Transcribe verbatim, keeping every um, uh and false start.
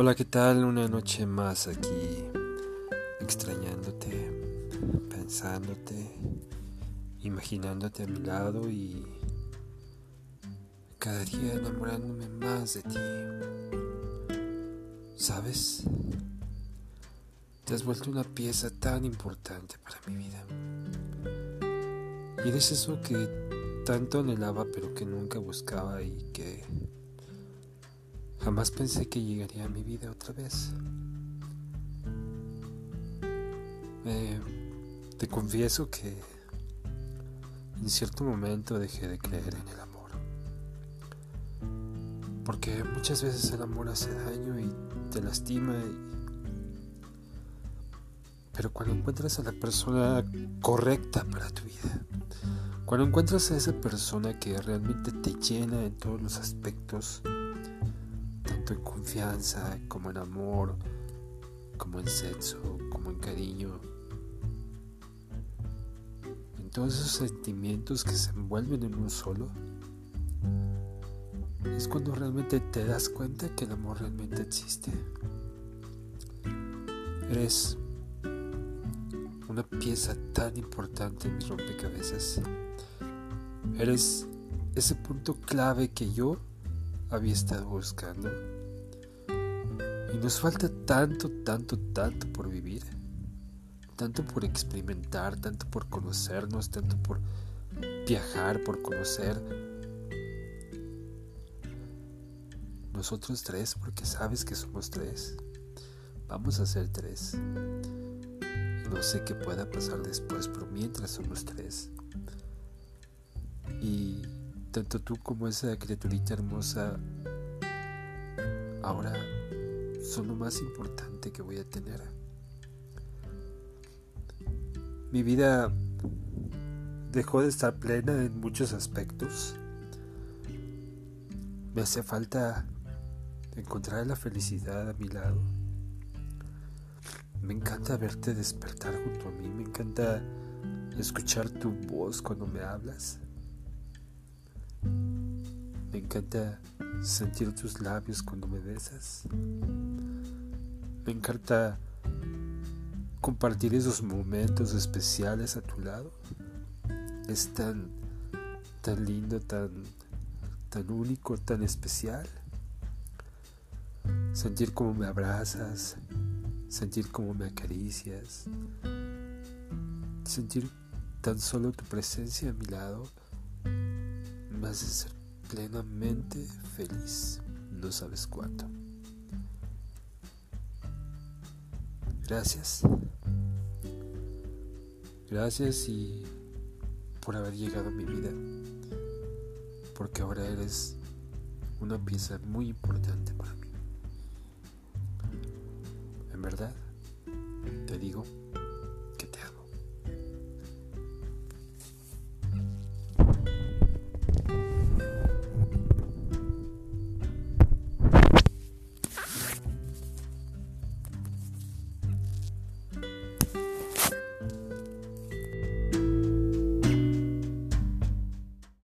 Hola, ¿qué tal? Una noche más aquí, extrañándote, pensándote, imaginándote a mi lado y cada día enamorándome más de ti. ¿Sabes? Te has vuelto una pieza tan importante para mi vida. Y eres eso que tanto anhelaba pero que nunca buscaba y que jamás pensé que llegaría a mi vida otra vez. Eh, te confieso que en cierto momento dejé de creer en el amor. Porque muchas veces el amor hace daño y te lastima. Y... Pero cuando encuentras a la persona correcta para tu vida, cuando encuentras a esa persona que realmente te llena en todos los aspectos, tanto en confianza como en amor, como en sexo, como en cariño, en todos esos sentimientos que se envuelven en uno solo, es cuando realmente te das cuenta que el amor realmente existe. Eres una pieza tan importante en mi rompecabezas. Eres ese punto clave que yo había estado buscando. Y nos falta tanto, tanto, tanto por vivir. Tanto por experimentar, tanto por conocernos, tanto por viajar, por conocer. Nosotros tres, porque sabes que somos tres. Vamos a ser tres. Y no sé qué pueda pasar después, pero mientras somos tres. Y tanto tú como esa criaturita hermosa ahora son lo más importante que voy a tener. Mi vida dejó de estar plena en muchos aspectos. Me hace falta encontrar la felicidad a mi lado. Me encanta verte despertar junto a mí. Me encanta escuchar tu voz cuando me hablas. Me encanta sentir tus labios cuando me besas. Me encanta compartir esos momentos especiales a tu lado. Es tan, tan lindo, tan, tan único, tan especial. Sentir cómo me abrazas, sentir cómo me acaricias, sentir tan solo tu presencia a mi lado me hace ser plenamente feliz. No sabes cuánto. Gracias. Gracias y por haber llegado a mi vida, porque ahora eres una pieza muy importante para mí. En verdad, te digo,